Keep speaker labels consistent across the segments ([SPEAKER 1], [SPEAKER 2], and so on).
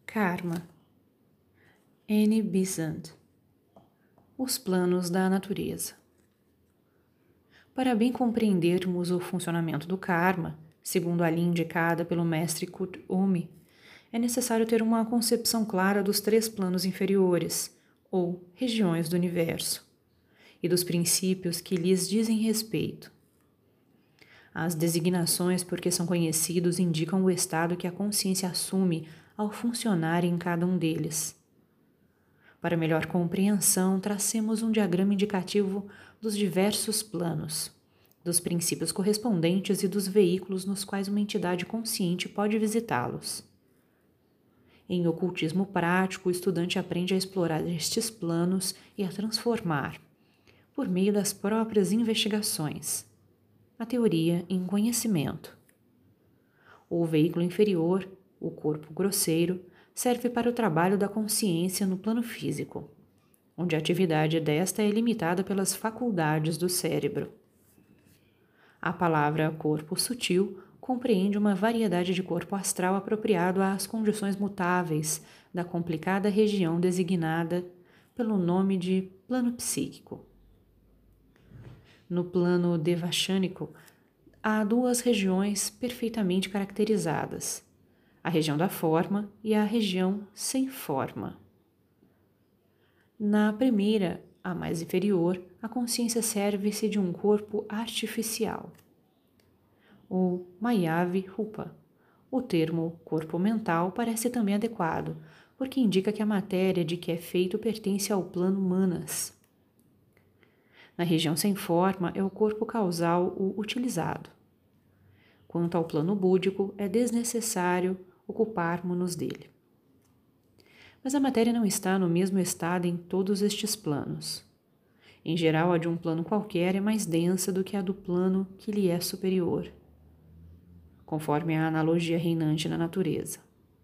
[SPEAKER 1] Karma. Annie Besant. Os planos da natureza. Para bem compreendermos o funcionamento do karma, segundo a linha indicada pelo mestre Kurt Omi, é necessário ter uma concepção clara dos 3 planos inferiores, ou regiões do universo, e dos princípios que lhes dizem respeito. As designações por que são conhecidos indicam o estado que a consciência assume ao funcionar em cada um deles. Para melhor compreensão, tracemos um diagrama indicativo dos diversos planos, dos princípios correspondentes e dos veículos nos quais uma entidade consciente pode visitá-los. Em ocultismo prático, o estudante aprende a explorar estes planos e a transformar, por meio das próprias investigações, a teoria em conhecimento. O veículo inferior, o corpo grosseiro, serve para o trabalho da consciência no plano físico, onde a atividade desta é limitada pelas faculdades do cérebro. A palavra corpo sutil compreende uma variedade de corpo astral apropriado às condições mutáveis da complicada região designada pelo nome de plano psíquico. No plano devachânico, há 2 regiões perfeitamente caracterizadas: a região da forma e a região sem forma. Na primeira, a mais inferior, a consciência serve-se de um corpo artificial, o Mayavi Rupa. O termo corpo mental parece também adequado, porque indica que a matéria de que é feito pertence ao plano Manas. Na região sem forma é o corpo causal o utilizado. Quanto ao plano búdico, é desnecessário ocuparmos-nos dele. Mas a matéria não está no mesmo estado em todos estes planos. Em geral, a de um plano qualquer é mais densa do que a do plano que lhe é superior, conforme a analogia reinante na natureza.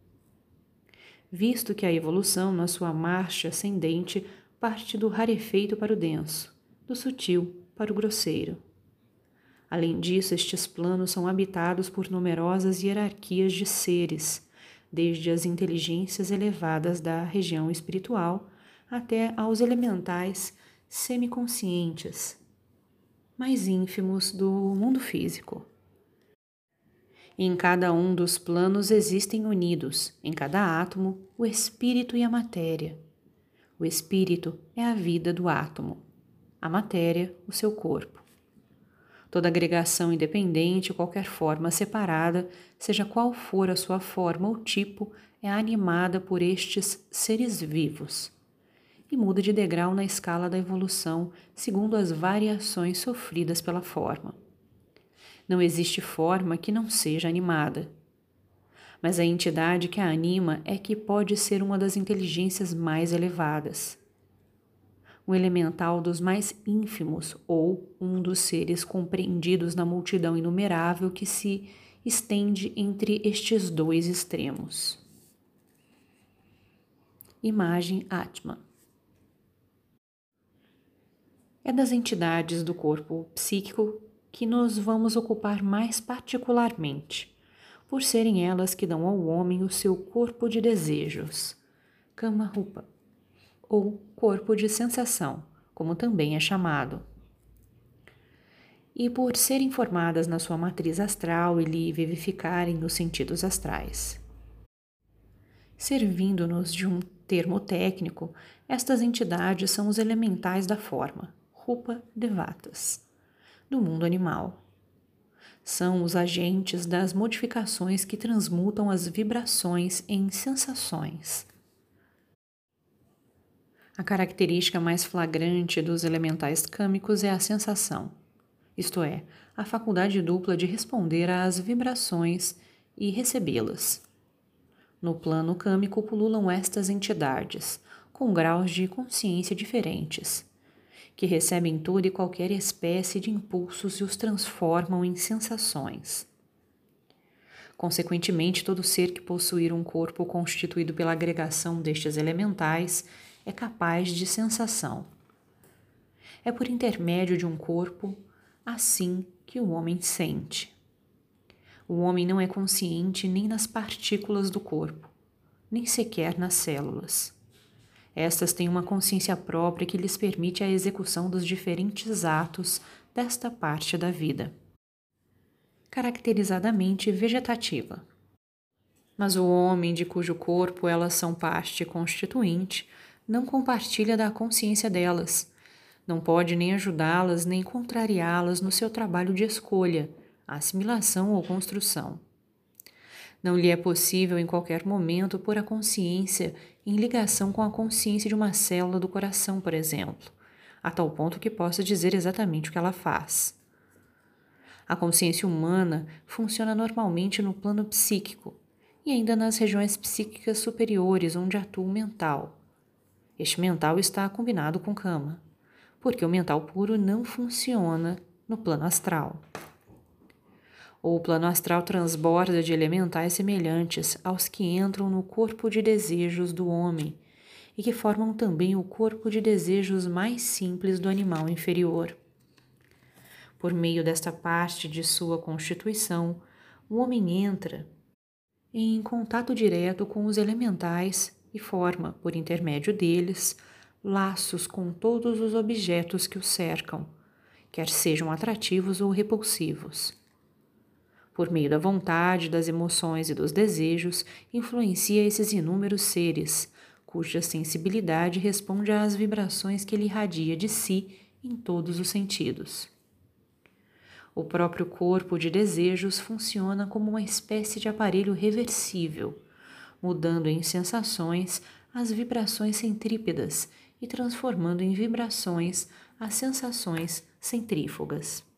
[SPEAKER 1] Visto que a evolução, na sua marcha ascendente, parte do rarefeito para o denso, do sutil para o grosseiro. Além disso, estes planos são habitados por numerosas hierarquias de seres, desde as inteligências elevadas da região espiritual até aos elementais semiconscientes, mais ínfimos do mundo físico. Em cada um dos planos existem unidos, em cada átomo, o espírito e a matéria. O espírito é a vida do átomo, a matéria, o seu corpo. Toda agregação independente, qualquer forma separada, seja qual for a sua forma ou tipo, é animada por estes seres vivos e muda de degrau na escala da evolução segundo as variações sofridas pela forma. Não existe forma que não seja animada, mas a entidade que a anima é que pode ser uma das inteligências mais elevadas, um elemental dos mais ínfimos ou um dos seres compreendidos na multidão inumerável que se estende entre estes 2 extremos. Imagem Atman. É das entidades do corpo psíquico que nos vamos ocupar mais particularmente, por serem elas que dão ao homem o seu corpo de desejos, Kama Rupa, ou corpo de sensação, como também é chamado. E por serem formadas na sua matriz astral e lhe vivificarem nos sentidos astrais. Servindo-nos de um termo técnico, estas entidades são os elementais da forma, Rupa Devatas, do mundo animal. São os agentes das modificações que transmutam as vibrações em sensações. A característica mais flagrante dos elementais câmicos é a sensação, isto é, a faculdade dupla de responder às vibrações e recebê-las. No plano câmico pululam estas entidades, com graus de consciência diferentes, que recebem toda e qualquer espécie de impulsos e os transformam em sensações. Consequentemente, todo ser que possuir um corpo constituído pela agregação destes elementais é capaz de sensação. É por intermédio de um corpo, assim, que o homem sente. O homem não é consciente nem nas partículas do corpo, nem sequer nas células. Estas têm uma consciência própria que lhes permite a execução dos diferentes atos desta parte da vida, caracterizadamente vegetativa. Mas o homem, de cujo corpo elas são parte constituinte, não compartilha da consciência delas, não pode nem ajudá-las nem contrariá-las no seu trabalho de escolha, assimilação ou construção. Não lhe é possível em qualquer momento pôr a consciência em ligação com a consciência de uma célula do coração, por exemplo, a tal ponto que possa dizer exatamente o que ela faz. A consciência humana funciona normalmente no plano psíquico e ainda nas regiões psíquicas superiores onde atua o mental. Este mental está combinado com Kama, porque o mental puro não funciona no plano astral. O plano astral transborda de elementais semelhantes aos que entram no corpo de desejos do homem e que formam também o corpo de desejos mais simples do animal inferior. Por meio desta parte de sua constituição, o homem entra em contato direto com os elementais e forma, por intermédio deles, laços com todos os objetos que o cercam, quer sejam atrativos ou repulsivos. Por meio da vontade, das emoções e dos desejos, influencia esses inúmeros seres, cuja sensibilidade responde às vibrações que ele irradia de si em todos os sentidos. O próprio corpo de desejos funciona como uma espécie de aparelho reversível, mudando em sensações as vibrações centrípedas e transformando em vibrações as sensações centrífugas.